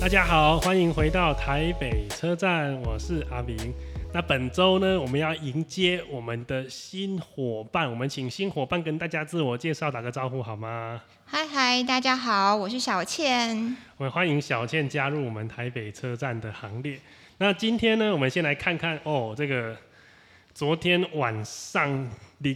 大家好，欢迎回到台北车站，我是阿明。那本周呢，我们要迎接我们的新伙伴，我们请新伙伴跟大家自我介绍，打个招呼好吗？ 嗨嗨，大家好，我是小倩。 我们欢迎小倩加入我们台北车站的行列。那今天呢，我们先来看看这个昨天晚上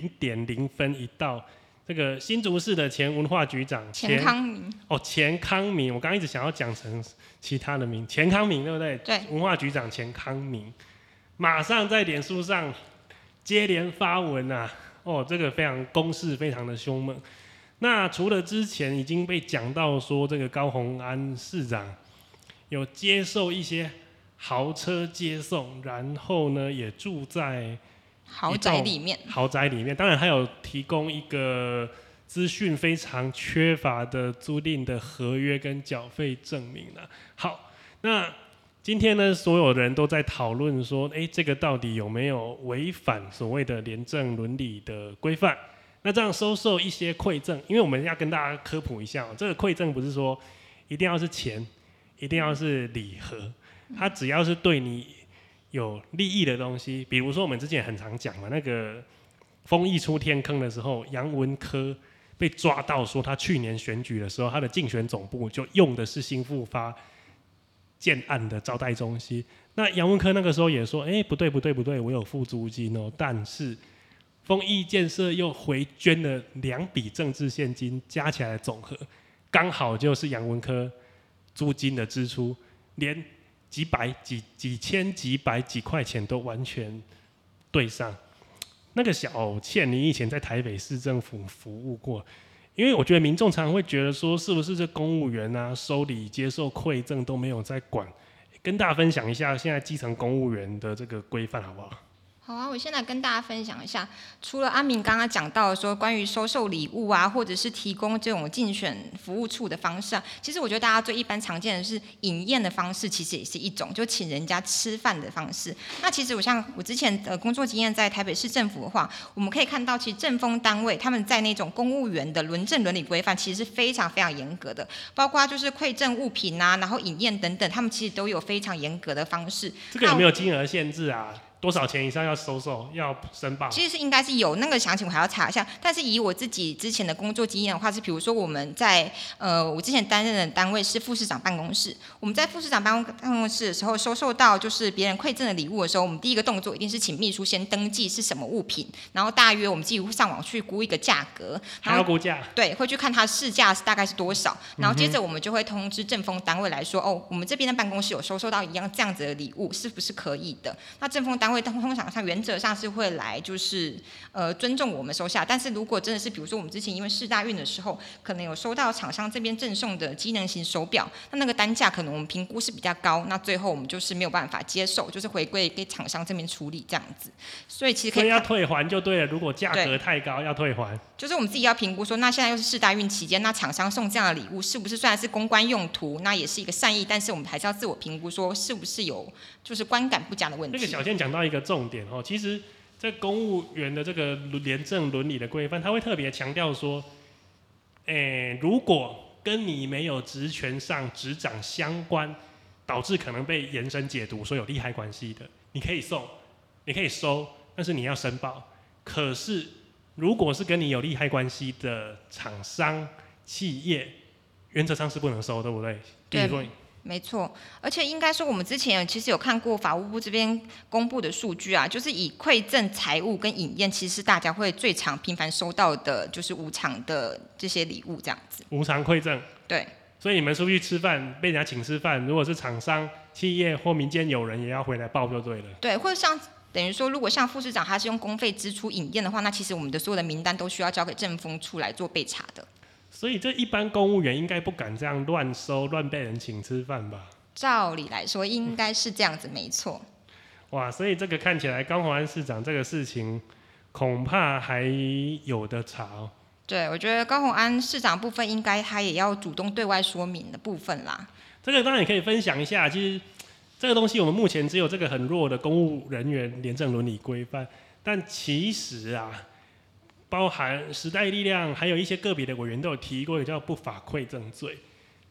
0:0一到，这个新竹市的前文化局长钱康明钱康明，我刚刚一直想要讲成其他的名，钱康明对不对？ 对， 文化局长钱康明马上在脸书上接连发文啊，这个非常攻势非常的凶猛。那除了之前已经被讲到说这个高虹安市长有接受一些豪车接送，然后呢也住在豪宅里面， 当然还有提供一个资讯非常缺乏的租赁的合约跟缴费证明啦。好，那今天呢，所有人都在讨论说，这个到底有没有违反所谓的廉政伦理的规范？那这样收受一些馈赠，因为我们要跟大家科普一下，这个馈赠不是说一定要是钱，一定要是礼盒，它只要是对你有利益的东西，比如说我们之前很常讲嘛，那个丰益出天坑的时候，杨文科被抓到说他去年选举的时候，他的竞选总部就用的是新复发建案的招待中心。那杨文科那个时候也说，不对，我有付租金哦，但是丰益建设又回捐了2笔政治现金，加起来的总和刚好就是杨文科租金的支出，连几百、几千、几百、几块钱都完全对上。那个小倩，你以前在台北市政府服务过，因为我觉得民众常常会觉得说，是不是这公务员啊收礼、接受馈赠都没有在管？跟大家分享一下现在基层公务员的这个规范好不好？ 好啊，我先来跟大家分享一下，除了阿明刚刚讲到的说关于收受礼物啊，或者是提供这种竞选服务处的方式啊，其实我觉得大家最一般常见的是饮宴的方式，其实也是一种，就请人家吃饭的方式。那其实我之前的工作经验在台北市政府的话，我们可以看到，其实政风单位他们在那种公务员的伦政伦理规范，其实是非常非常严格的，包括就是馈赠物品啊，然后饮宴等等，他们其实都有非常严格的方式。 这个有没有金额限制啊？多少钱以上要收受要申报？ 其实是应该是有，那个详情我还要查一下。但是以我自己之前的工作经验的话，是比如说我们在我之前担任的单位是副市长办公室，我们在副市长办公室的时候，收受到就是别人馈赠的礼物的时候，我们第一个动作一定是请秘书先登记是什么物品，然后大约我们自己会上网去估一个价格， 还要估价， 对，会去看它市价大概是多少，然后接着我们就会通知政风单位来说，我们这边的办公室有收受到一样这样子的礼物，是不是可以的？那政风单位通常上原则上是会来就是尊重我们收下，但是如果真的是比如说我们之前因为世大运的时候，可能有收到厂商这边赠送的机能型手表，那个单价可能我们评估是比较高，那最后我们就是没有办法接受，就是回归给厂商这边处理这样子。所以其实可以要退还就对了，如果价格太高要退还。 就是我们自己要评估说，那现在又是世大运期间，那厂商送这样的礼物是不是虽然是公关用途，那也是一个善意，但是我们还是要自我评估说是不是有就是观感不佳的问题。 那个小倩讲到一个重点其实在公务员的这个廉政伦理的规范，他会特别强调说，如果跟你没有职权上职掌相关，导致可能被延伸解读说有利害关系的，你可以送，你可以收，但是你要申报。可是如果是跟你有利害关系的厂商、企业，原则上是不能收，对不对？ 对。没错，而且应该说，我们之前其实有看过法务部这边公布的数据啊，就是以馈赠财物跟饮宴，其实是大家会最常频繁收到的，就是无偿的这些礼物这样子。 无偿馈赠。 对。 所以你们出去吃饭，被人家请吃饭，如果是厂商、企业或民间有人，也要回来报就对了。 对，或者像等于说，如果像副市长他是用公费支出饮宴的话，那其实我们的所有的名单都需要交给政风处来做备查的。 所以这一般公务员应该不敢这样乱收、乱被人请吃饭吧？ 照理来说应该是这样子，没错。 哇，所以这个看起来高虹安市长这个事情恐怕还有的查对，我觉得高虹安市长部分应该他也要主动对外说明的部分啦。 这个当然也可以分享一下，其实这个东西我们目前只有这个很弱的公务人员廉政伦理规范，但其实啊，包含时代力量，还有一些个别的委员都有提过一个叫不法馈赠罪。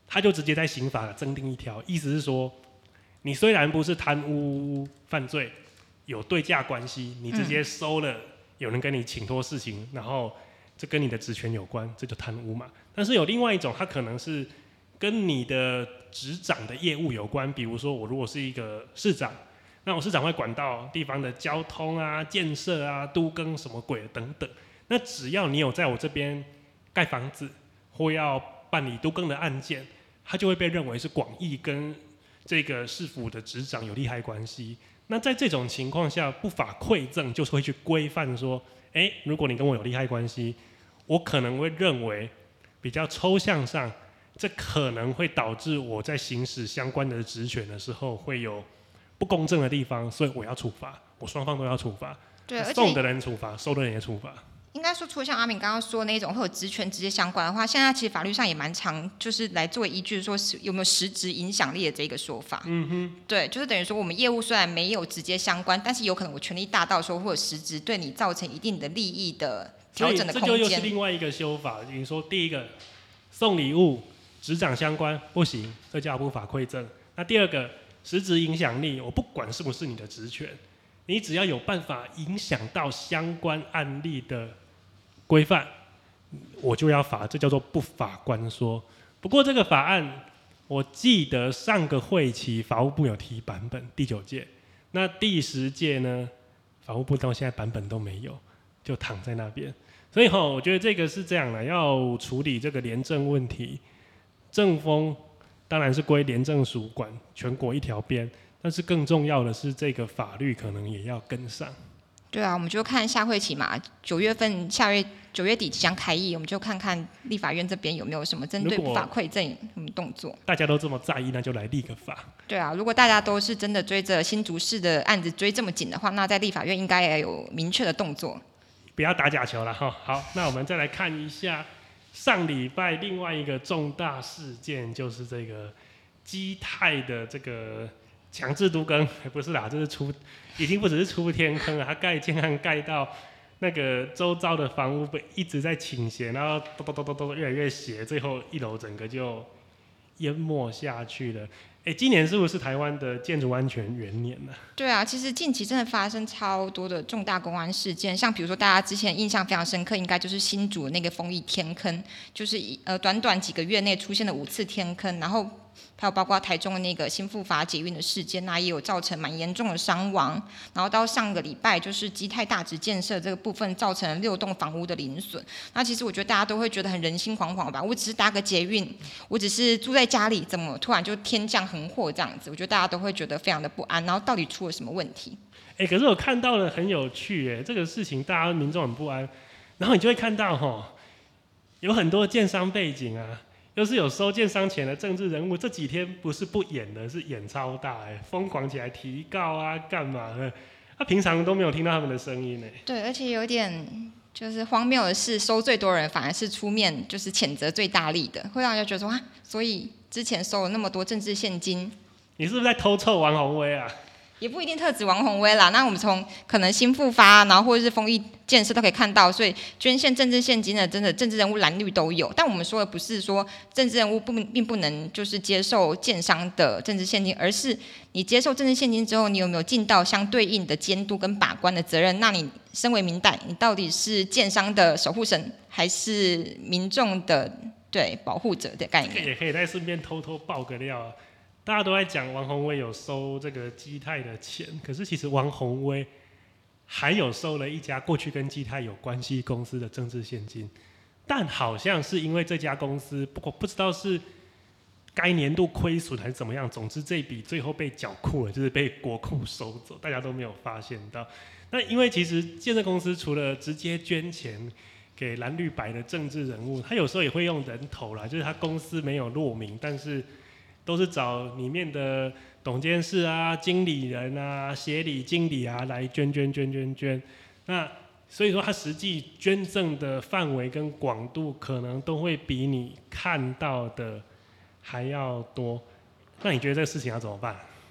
他就直接在刑法增订一条，意思是说，你虽然不是贪污犯罪，有对价关系，你直接收了，有人跟你请托事情，然后这跟你的职权有关，这就贪污嘛。但是有另外一种，它可能是跟你的执掌的业务有关，比如说我如果是一个市长，那我市长会管到地方的交通啊、建设啊、都更什么鬼等等。那只要你有在我这边盖房子或要办理都更的案件，它就会被认为是广义跟这个市府的执掌有利害关系。那在这种情况下，不法馈赠就是会去规范说，如果你跟我有利害关系，我可能会认为比较抽象上，这可能会导致我在行使相关的职权的时候会有不公正的地方，所以我要处罚，我双方都要处罚， 对，而且送的人处罚，收的人也处罚。 应该说，除了像阿敏刚刚说那种会有职权直接相关的话，现在其实法律上也蛮常，就是来作为依据，说有没有实质影响力的这个说法。对，就是等于说我们业务虽然没有直接相关，但是有可能我权力大到说会有实质对你造成一定的利益的调整的空间。 这就又是另外一个修法。你说第一个送礼物执掌相关不行，这叫不法馈赠。那第二个实质影响力，我不管是不是你的职权，你只要有办法影响到相关案例的规范，我就要罚，这叫做不法官说。不过这个法案，我记得上个会期法务部有提版本，第9届，那第10届呢，法务部到现在版本都没有，就躺在那边。所以我觉得这个是这样的，要处理这个廉政问题，政风当然是归廉政署管，全国一条边，但是更重要的是这个法律可能也要跟上。 对啊，我们就看下会期嘛，9月份9月底即将开议，我们就看看立法院这边有没有什么针对不法馈赠什么动作。 大家都这么在意，那就来立个法。 对啊，如果大家都是真的追着新竹市的案子追这么紧的话，那在立法院应该也有明确的动作。 不要打假球了哈。好，那我们再来看一下上礼拜另外一个重大事件，就是这个基泰的这个强制都更，不是啦，这是已经不只是出天坑了，它盖建案盖到那个周遭的房屋被一直在倾斜，然后咚越来越斜，最后1楼整个就淹没下去了。今年是不是台湾的建筑安全元年呢？ 对啊，其实近期真的发生超多的重大公安事件，像比如说大家之前印象非常深刻，应该就是新竹那个丰益天坑，就是短短几个月内出现了5次天坑，然后还有包括台中的那个新复发捷运的事件，那也有造成蛮严重的伤亡。然后到上个礼拜，就是基泰大直建设这个部分造成了6栋房屋的零损。那其实我觉得大家都会觉得很人心惶惶吧。我只是搭个捷运，我只是住在家里，怎么突然就天降横祸这样子？我觉得大家都会觉得非常的不安。然后到底出了什么问题？ 可是我看到了很有趣这个事情，大家民众很不安。然后你就会看到有很多建商背景啊。又是有收建商钱的政治人物，这几天不是不演的，是演超大疯狂起来提告啊，干嘛的？平常都没有听到他们的声音对，而且有点就是荒谬的是，收最多人反而是出面就是谴责最大力的，会让人家觉得说啊，所以之前收了那么多政治现金， 你是不是在偷臭王宏威啊？ 也不一定特指王宏威啦。那我们从可能新复发，然后或者是丰益建设都可以看到，所以捐献政治现金的，真的政治人物蓝绿都有。但我们说的不是说政治人物并不能就是接受建商的政治现金，而是你接受政治现金之后，你有没有尽到相对应的监督跟把关的责任？那你身为民代，你到底是建商的守护神，还是民众的保护者的概念？ 也可以再顺便偷偷爆个料啊。大家都在讲王宏威有收这个基泰的钱，可是其实王宏威还有收了一家过去跟基泰有关系公司的政治现金，但好像是因为这家公司不知道是该年度亏损还是怎么样，总之这笔最后被缴库了，就是被国库收走，大家都没有发现到。那因为其实建设公司除了直接捐钱给蓝绿白的政治人物，他有时候也会用人头啦，就是他公司没有落名，但是都是找里面的董监事啊、经理人啊、协理经理啊来捐。那所以说，他实际捐赠的范围跟广度，可能都会比你看到的还要多。那你觉得这个事情要怎么办？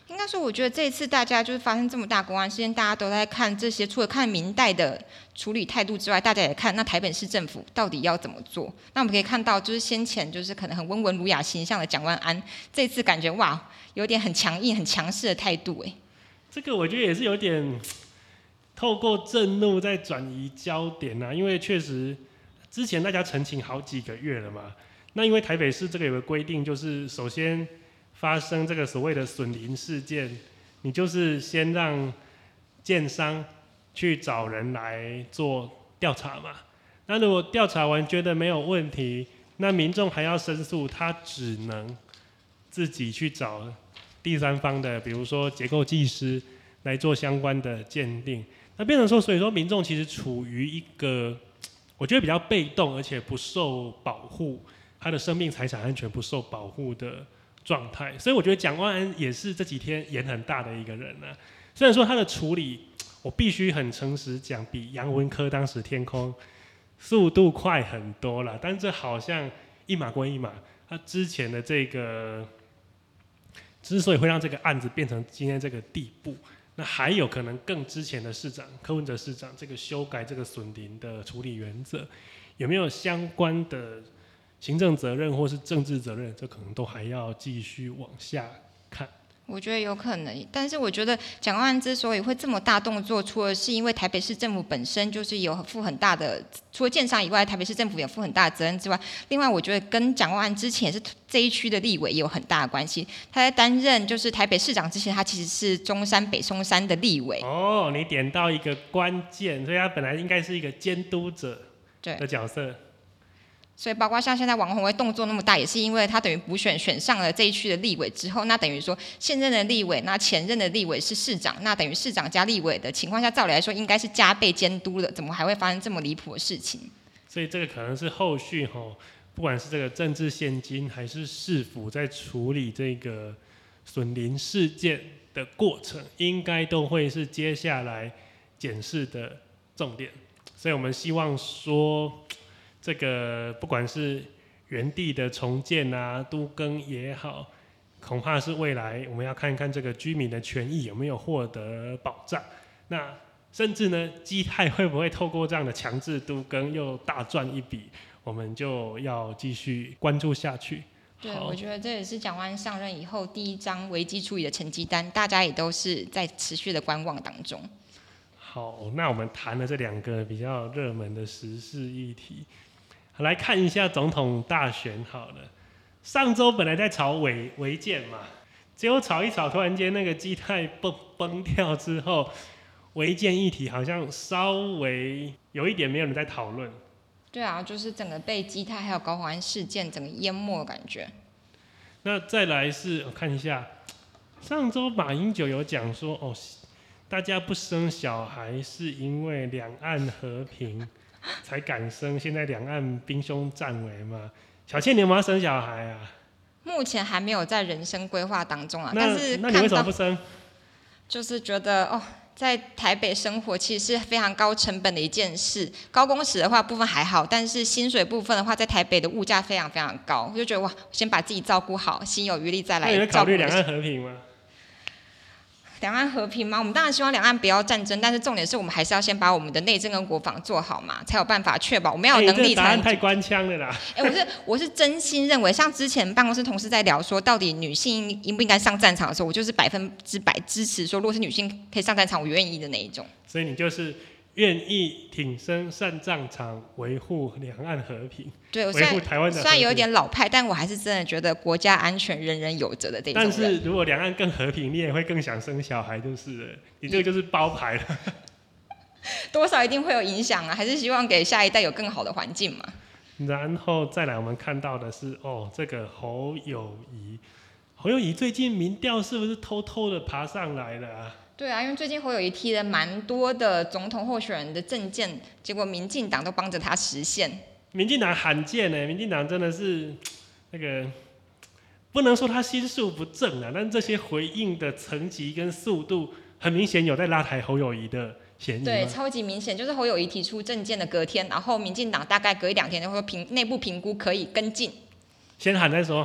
应该说，我觉得这一次大家就是发生这么大公安事件，大家都在看这些，除了看明代的处理态度之外，大家也看那台北市政府到底要怎么做。那我们可以看到，就是先前就是可能很温文儒雅形象的蒋万安，这次感觉哇，有点很强硬、很强势的态度哎。 这个我觉得也是有点透过震怒在转移焦点啊，因为确实之前大家澄清好几个月了嘛。那因为台北市这个有个规定，就是首先发生这个所谓的损林事件，你就是先让建商去找人来做调查嘛。那如果调查完觉得没有问题，那民众还要申诉，他只能自己去找第三方的，比如说结构技师来做相关的鉴定。那变成说，所以说民众其实处于一个我觉得比较被动，而且不受保护，他的生命财产安全不受保护的状态。所以我觉得蒋万安也是这几天演很大的一个人啊。虽然说他的处理，我必须很诚实讲，比杨文科当时天空速度快很多啦，但这好像一码归一码。他之前的这个之所以会让这个案子变成今天这个地步，那还有可能更之前的市长柯文哲市长这个修改这个损林的处理原则，有没有相关的行政责任或是政治责任，这可能都还要继续往下看。 我觉得有可能，但是我觉得蒋万安之所以会这么大动作，除了是因为台北市政府本身就是有负很大的，除了建商以外，台北市政府有负很大的责任之外，另外我觉得跟蒋万安之前是这一区的立委也有很大的关系。他在担任就是台北市长之前，他其实是中山北松山的立委。 哦，你点到一个关键，所以他本来应该是一个监督者的角色。 所以包括像现在王宏威动作那么大，也是因为他等于补选上了这一区的立委之后，那等于说现任的立委，那前任的立委是市长，那等于市长加立委的情况下，照理来说应该是加倍监督的，怎么还会发生这么离谱的事情？ 所以这个可能是后续不管是这个政治现金，还是市府在处理这个损林事件的过程，应该都会是接下来检视的重点。所以我们希望说，这个不管是原地的重建啊、都更也好，恐怕是未来我们要看看这个居民的权益有没有获得保障。那甚至呢，基泰会不会透过这样的强制都更又大赚一笔，我们就要继续关注下去。 对，我觉得这也是蒋万安上任以后第一张危机处理的成绩单，大家也都是在持续的观望当中。 好，那我们谈了这两个比较热门的时事议题，来看一下总统大选好了。上周本来在炒违建嘛，结果炒一炒，突然间那个基泰崩掉之后，违建议题好像稍微有一点没有人在讨论。 对啊，就是整个被基泰还有高虹安事件整个淹没的感觉。 那再来是我看一下，上周马英九有讲说，大家不生小孩是因为两岸和平才敢生，现在两岸兵凶战危嘛。小倩，你有没有要生小孩啊？ 目前还没有在人生规划当中啊， 但是那你为什么不生？ 就是觉得在台北生活其实是非常高成本的一件事。高工时的话部分还好，但是薪水部分的话，在台北的物价非常非常高，我就觉得哇，先把自己照顾好，心有余力再来照顾。 那你会考虑两岸和平吗？ 两岸和平吗？我们当然希望两岸不要战争，但是重点是我们还是要先把我们的内政跟国防做好嘛，才有办法确保我们要有能力才能。 这答案太官腔了啦！ 我是真心认为，像之前办公室同事在聊说，到底女性应不应该上战场的时候，我就是100%支持说，如果是女性可以上战场，我愿意的那一种。 所以你就是愿意挺身上战场，维护两岸和平， 对，我维护台湾的和平。 虽然有一点老派，但我还是真的觉得国家安全人人有责的这种人。 但是如果两岸更和平，你也会更想生小孩，就是了。你这个就是包牌了。 多少一定会有影响啊，还是希望给下一代有更好的环境嘛。 然后再来，我们看到的是这个侯友宜最近民调是不是偷偷的爬上来了啊？ 对啊，因为最近侯友宜提了蛮多的总统候选人的政见，结果民进党都帮着他实现。 民进党罕见民进党真的是那个不能说他心术不正啊，但这些回应的层级跟速度，很明显有在拉抬侯友宜的嫌疑。 对，超级明显，就是侯友宜提出政见的隔天，然后民进党大概隔1-2天就会内部评估可以跟进。 先喊再说。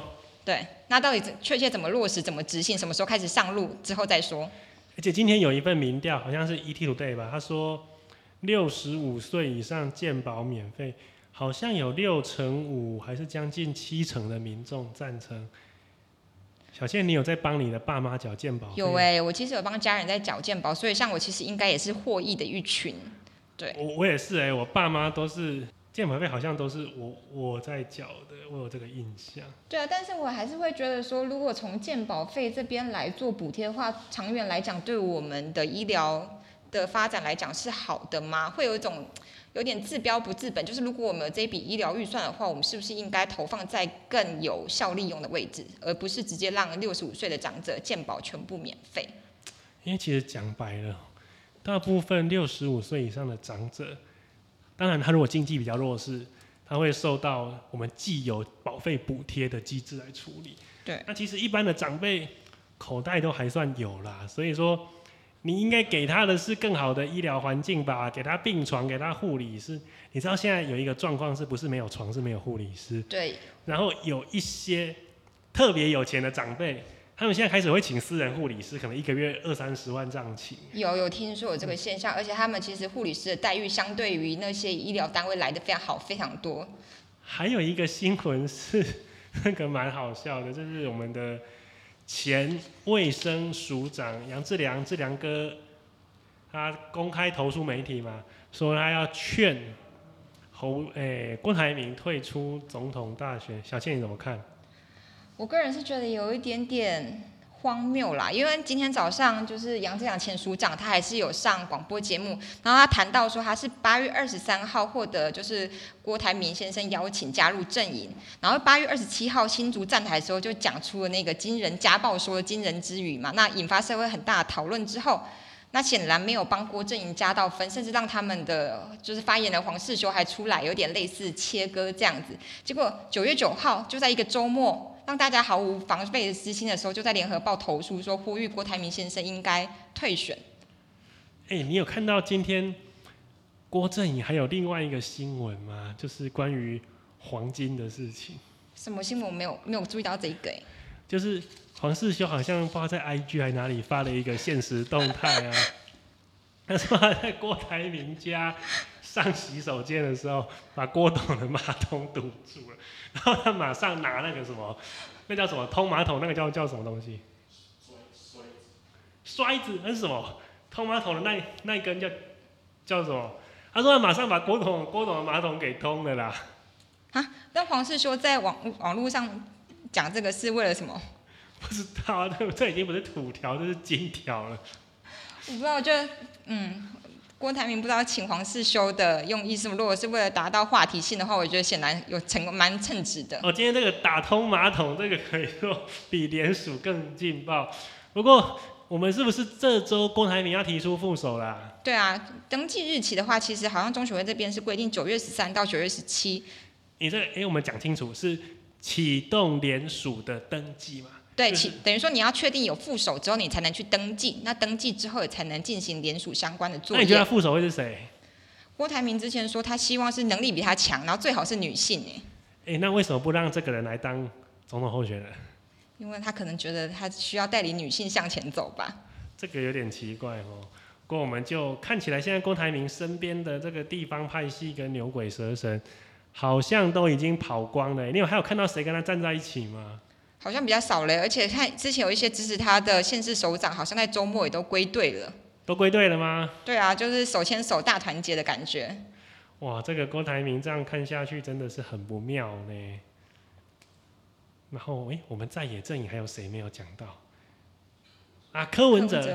对，那到底确切怎么落实、怎么执行，什么时候开始上路，之后再说。 而且今天有一份民调，好像是 ETtoday 吧，他说65岁以上健保免费，好像有65%还是将近70%的民众赞成。小倩，你有在帮你的爸妈缴健保费？ 有我其实有帮家人在缴健保，所以像我其实应该也是获益的一群。对， 我也是我爸妈都是健保费，好像都是我在缴的，我有这个印象。 对啊，但是我还是会觉得说，如果从健保费这边来做补贴的话，长远来讲，对我们的医疗的发展来讲是好的吗？会有一种有点治标不治本，就是如果我们有这笔医疗预算的话，我们是不是应该投放在更有效利用的位置，而不是直接让65岁的长者健保全部免费？ 因为其实讲白了，大部分65岁以上的长者，当然他如果经济比较弱势，他会受到我们既有保费补贴的机制来处理。 对， 那其实一般的长辈口袋都还算有啦，所以说你应该给他的是更好的医疗环境吧，给他病床，给他护理师。你知道现在有一个状况是不是没有床是没有护理师？ 对。 然后有一些特别有钱的长辈，他们现在开始会请私人护理师，可能一个月20-30万这样请。 有听说有这个现象，而且他们其实护理师的待遇相对于那些医疗单位来的非常好，非常多。 还有一个新闻是那个蛮好笑的，就是我们的前卫生署长杨志良哥，他公开投诉媒体嘛，说他要劝郭台铭退出总统大选。小倩你怎么看？ 我个人是觉得有一点点荒谬啦，因为今天早上就是杨志良前署长，他还是有上广播节目，然后他谈到说他是8月23号获得就是郭台铭先生邀请加入阵营，然后8月27号新竹站台的时候就讲出了那个惊人家暴说的惊人之语嘛，那引发社会很大的讨论之后。那显然没有帮郭阵营加到分，甚至让他们的就是发言人黄世修还出来有点类似切割这样子。结果9月9号就在一个周末，让大家毫无防备的之心的时候，就在联合报投诉说呼吁郭台铭先生应该退选。 你有看到今天郭阵营还有另外一个新闻吗？就是关于黄金的事情。 什么新闻？我没有注意到这一个就是黄世修好像不知道在 IG 还哪里发了一个限时动态啊，他说他在郭台铭家上洗手间的时候，把郭董的马桶堵住了，然后他马上拿那个什么，那叫什么通马桶，那个叫什么东西？摔子，那是什么？通马桶的那一根叫什么？他说他马上把郭董的马桶给通了啦。 啊？那黄世修在网络上讲这个是为了什么？ 不知道啊，这已经不是土条，这是金条了。 我不知道，郭台铭不知道请黄世修的用意是什么。如果是为了达到话题性的话，我觉得显然有蛮称职的。 今天这个打通马桶，这个可以说比联署更劲爆。不过我们是不是这周郭台铭要提出副手啦？ 对啊，登记日期的话，其实好像中选会这边是规定9月13到9月17。 你这我们讲清楚是启动联署的登记嘛？ 对，等于说你要确定有副手之后，你才能去登记。那登记之后，也才能进行联署相关的作业。 那你觉得副手会是谁？ 郭台铭之前说他希望是能力比他强，然后最好是女性那为什么不让这个人来当总统候选人？ 因为他可能觉得他需要带领女性向前走吧。 这个有点奇怪哦。不过我们就看起来，现在郭台铭身边的这个地方派系跟牛鬼蛇神，好像都已经跑光了。你还有看到谁跟他站在一起吗？ 好像比较少了，而且看之前有一些支持他的县市首长，好像在周末也都归队了。 都归队了吗？ 对啊，就是手牵手大团结的感觉。 哇，这个郭台铭这样看下去真的是很不妙呢。然后我们在野阵营还有谁没有讲到？啊，柯文哲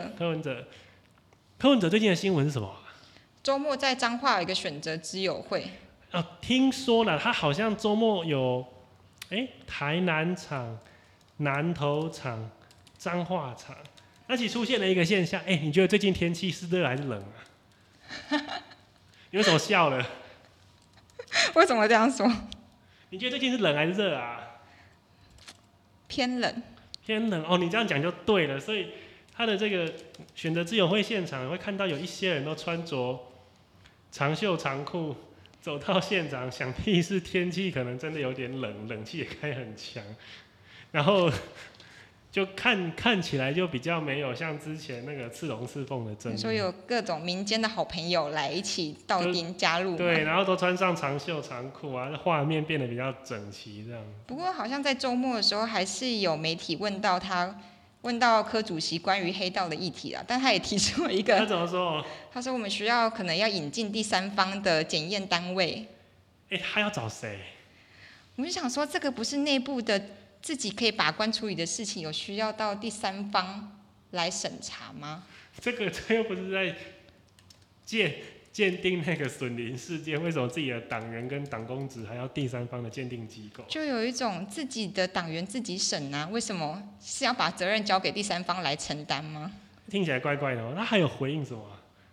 最近的新闻是什么？ 周末在彰化有一个选择之友会。 听说了，他好像周末有台南场、南投场、彰化场，而且出现了一个现象，你觉得最近天气是热还是冷啊？你为什么笑了？ 为什么这样说？ 你觉得最近是冷还是热啊？ 偏冷。 偏冷哦，你这样讲就对了。所以他的这个选择之友会现场，会看到有一些人都穿着长袖长裤走到现场，想必是天气可能真的有点冷，冷气也开很强。 然后就看起来就比较没有像之前那个刺龙刺凤的阵。 你说有各种民间的好朋友来一起到丁加入， 对，然后都穿上长袖长裤啊，画面变得比较整齐这样。 不过好像在周末的时候，还是有媒体问到柯主席关于黑道的议题啦，但他也提出了一个， 他怎么说？ 他说我们需要可能要引进第三方的检验单位。 他要找谁？ 我就想说，这个不是内部的自己可以把关处理的事情，有需要到第三方来审查吗？ 这又不是在鉴定那个损林事件，为什么自己的党员跟党公职还要第三方的鉴定机构？ 就有一种自己的党员自己审啊，为什么是要把责任交给第三方来承担吗？ 听起来怪怪的哦。他还有回应什么？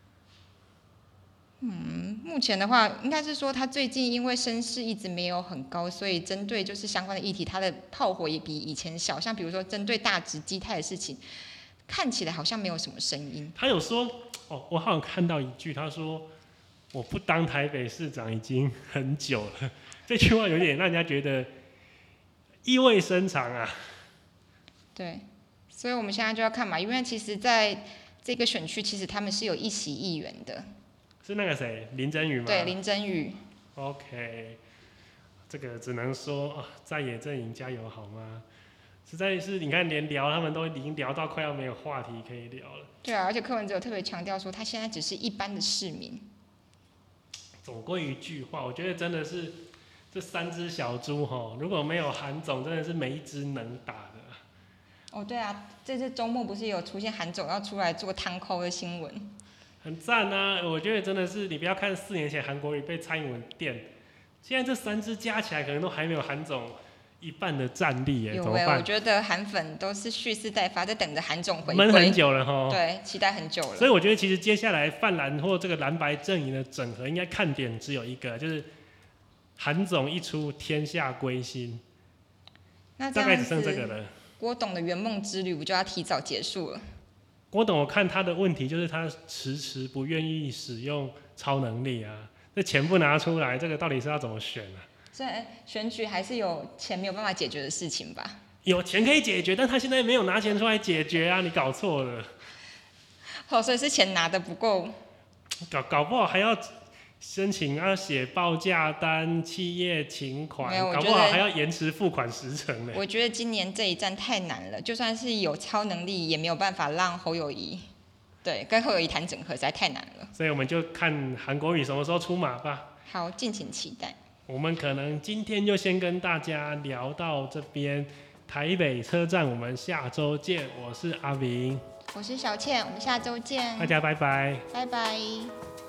目前的话，应该是说他最近因为声势一直没有很高，所以针对就是相关的议题，他的炮火也比以前小。像比如说针对大直基泰的事情，看起来好像没有什么声音。 他有说我好像看到一句，他说我不当台北市长已经很久了。这句话有点让人家觉得意味深长啊。 对，所以我们现在就要看嘛，因为其实在这个选区，其实他们是有一席议员的。 是那个谁，林真宇吗？ 对，林真宇。 OK， 这个只能说在野阵营加油好吗？实在是你看，连聊他们都已经聊到快要没有话题可以聊了。 对啊，而且柯文哲有特别强调说，他现在只是一般的市民。 总归一句话，我觉得真的是这3只小猪如果没有韩总，真的是没一只能打的。 哦，对啊，这次周末不是有出现韩总要出来做摊扣的新闻？ 很赞啊！我觉得真的是，你不要看4年前韩国瑜被蔡英文电，现在这3只加起来可能都还没有韩总一半的战力耶，怎么办？ 我觉得韩粉都是蓄势待发，在等着韩总回归。 闷很久了齁。 对，期待很久了。 所以我觉得其实接下来泛蓝或这个蓝白阵营的整合，应该看点只有一个，就是韩总一出，天下归心。 那这样子， 大概只剩这个了。 郭董的圆梦之旅不就要提早结束了？ 郭董，我看他的问题就是他迟不愿意使用超能力啊，这钱不拿出来，这个到底是要怎么选啊？ 所以选举还是有钱没有办法解决的事情吧？ 有钱可以解决，但他现在没有拿钱出来解决啊，你搞错了。 所以是钱拿的不够， 搞不好还要申请要写报价单、企业请款，搞不好还要延迟付款时程呢。 我觉得今年这一战太难了，就算是有超能力，也没有办法让侯友宜跟侯友宜谈整合，实在太难了。 所以我们就看韩国瑜什么时候出马吧。 好，敬请期待。 我们可能今天就先跟大家聊到这边，台北车站我们下周见。我是阿明， 我是小倩，我们下周见。 大家拜拜， 拜拜。